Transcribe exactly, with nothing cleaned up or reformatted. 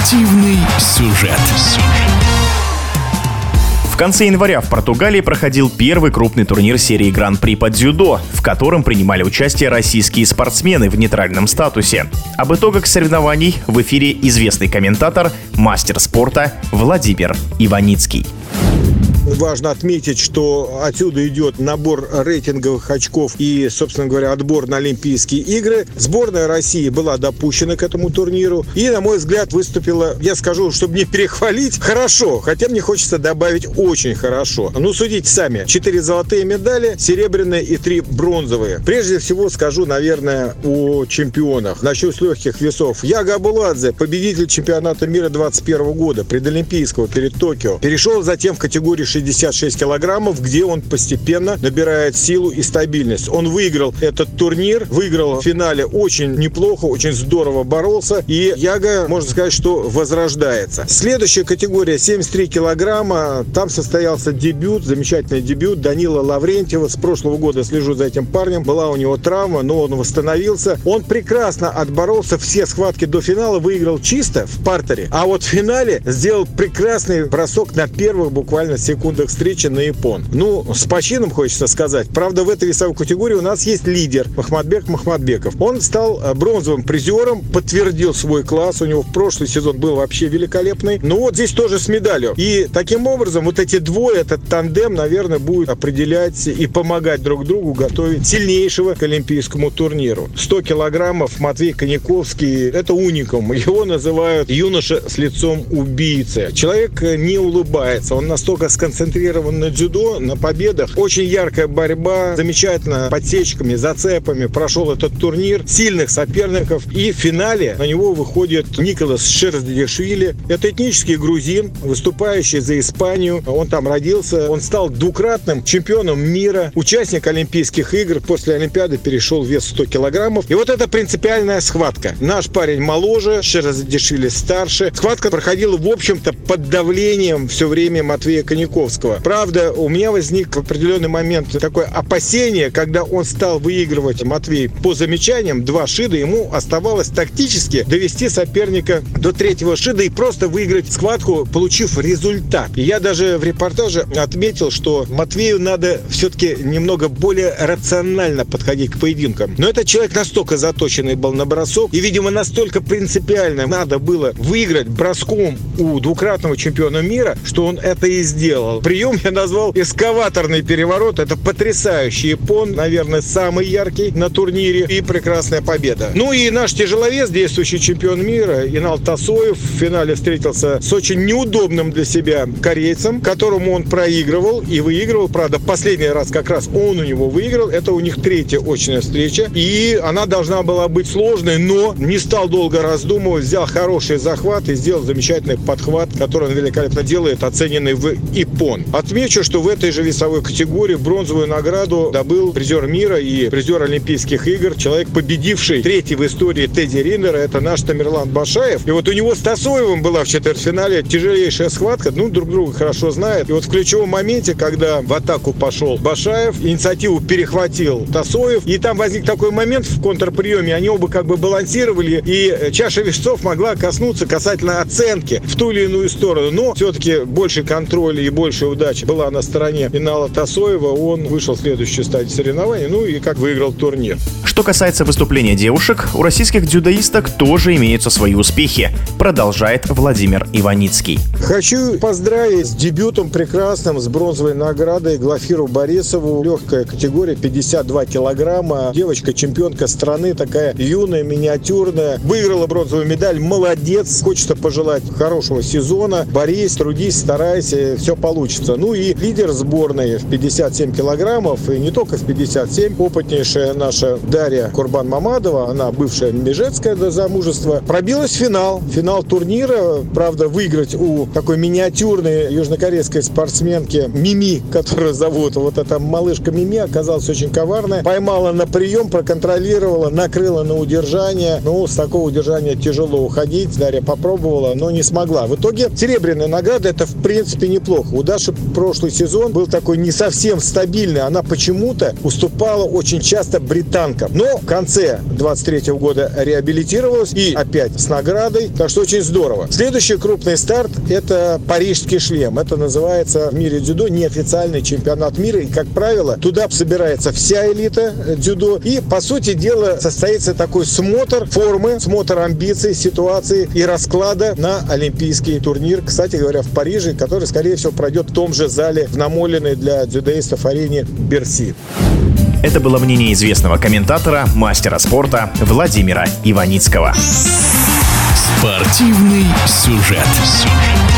Спортивный сюжет. В конце января в Португалии проходил первый крупный турнир серии Гран-при по дзюдо, в котором принимали участие российские спортсмены в нейтральном статусе. Об итогах соревнований в эфире известный комментатор, мастер спорта Владимир Иваницкий. Важно отметить, что отсюда идет набор рейтинговых очков и, собственно говоря, отбор на Олимпийские игры. Сборная России была допущена к этому турниру и, на мой взгляд, выступила, я скажу, чтобы не перехвалить, хорошо. Хотя мне хочется добавить очень хорошо. Ну, судите сами. Четыре золотые медали, серебряные и три бронзовые. Прежде всего скажу, наверное, о чемпионах. Начну с легких весов. Яга Абуладзе, победитель чемпионата мира двадцать первого года, предолимпийского, перед Токио. Перешел затем в категорию шестьдесят шесть килограммов, где он постепенно набирает силу и стабильность. Он выиграл этот турнир, выиграл в финале очень неплохо, очень здорово боролся, и Яга, можно сказать, что возрождается. Следующая категория семьдесят три килограмма, там состоялся дебют, замечательный дебют Данила Лаврентьева. С прошлого года слежу за этим парнем, была у него травма, но он восстановился. Он прекрасно отборолся все схватки до финала, выиграл чисто в партере, а вот в финале сделал прекрасный бросок на первых буквально секундах встречи на Япон. Ну, с почином хочется сказать. Правда, в этой весовой категории у нас есть лидер Махматбек Махматбеков. Он стал бронзовым призером, подтвердил свой класс. У него в прошлый сезон был вообще великолепный. Но вот здесь тоже с медалью. И таким образом вот эти двое, этот тандем, наверное, будет определять и помогать друг другу готовить сильнейшего к олимпийскому турниру. сто килограммов Матвей Коняковский – это уникум. Его называют юноша с лицом убийцы. Человек не улыбается. Он настолько сконцентрирован на дзюдо, на победах. Очень яркая борьба, замечательно подсечками, зацепами прошел этот турнир. Сильных соперников. И в финале на него выходит Николас Шерздишвили. Это этнический грузин, выступающий за Испанию. Он там родился. Он стал двукратным чемпионом мира, участник Олимпийских игр. После Олимпиады перешел в вес сто килограммов. И вот это принципиальная схватка. Наш парень моложе, Шерздишвили старше. Схватка проходила, в общем-то, под давлением все время Матвея Коняковского. Правда, у меня возник в определенный момент такое опасение, когда он стал выигрывать, Матвей, по замечаниям, два шида, ему оставалось тактически довести соперника до третьего шида и просто выиграть схватку, получив результат. И я даже в репортаже отметил, что Матвею надо все-таки немного более рационально подходить к поединкам. Но этот человек настолько заточенный был на бросок, и, видимо, настолько принципиально надо было выиграть броском у двукратного чемпиона мира, что он это и сделал. Прием я назвал эскаваторный переворот. Это потрясающий япон, наверное, самый яркий на турнире, и прекрасная победа. Ну и наш тяжеловес, действующий чемпион мира, Инал Тасоев, в финале встретился с очень неудобным для себя корейцем, которому он проигрывал и выигрывал. Правда, последний раз как раз он у него выиграл. Это у них третья очная встреча. И она должна была быть сложной, но не стал долго раздумывать, взял хороший захват и сделал замечательный подхват, который он великолепно делает, оцененный в иппон. Отмечу, что в этой же весовой категории бронзовую награду добыл призер мира и призер Олимпийских игр, человек, победивший третий в истории Тедди Риннера, это наш Тамерлан Башаев. И вот у него с Тасоевым была в четвертьфинале тяжелейшая схватка, ну, друг друга хорошо знают. И вот в ключевом моменте, когда в атаку пошел Башаев, инициативу перехватил Тасоев, и там возник такой момент в контрприеме, они оба как бы балансировали, и чаша весов могла коснуться касательно оценки в ту или иную сторону. Но все-таки больше контроля и больше удачи была на стороне Инала Тасоева. Он вышел в следующую стадию соревнований, ну и как выиграл турнир. Что касается выступления девушек, у российских дзюдоисток тоже имеются свои успехи, продолжает Владимир Иваницкий. Хочу поздравить с дебютом прекрасным, с бронзовой наградой Глафиру Борисову. Легкая категория, пятьдесят два килограмма. Девочка-чемпионка страны, такая юная, миниатюрная. Выиграла бронзовую медаль. Молодец. Хочется пожелать хорошего сезона. Борись, трудись, старайся, все получится. Ну и лидер сборной в пятьдесят семь килограммов, и не только в пятьдесят семь, опытнейшая наша Дарья Курбан-Мамадова, она бывшая межецкая до замужества, пробилась в финал. Финал турнира, правда, выиграть у такой миниатюрной южнокорейской спортсменки Мими, которую зовут, вот эта малышка Мими, оказалась очень коварная. Поймала на прием, проконтролировала, накрыла на удержание. Ну, с такого удержания тяжело уходить. Дарья попробовала, но не смогла. В итоге серебряная награда, это в принципе неплохо. У туда, что прошлый сезон был такой не совсем стабильный. Она почему-то уступала очень часто британкам. Но в конце двадцать третьего года реабилитировалась и опять с наградой. Так что очень здорово. Следующий крупный старт – это парижский шлем. Это называется в мире дзюдо неофициальный чемпионат мира. И, как правило, туда собирается вся элита дзюдо. И, по сути дела, состоится такой смотр формы, смотр амбиций, ситуации и расклада на олимпийский турнир. Кстати говоря, в Париже, который, скорее всего, пройдет в том же зале, в намоленной для дзюдоистов арене Берси. Это было мнение известного комментатора, мастера спорта Владимира Иваницкого. Спортивный сюжет.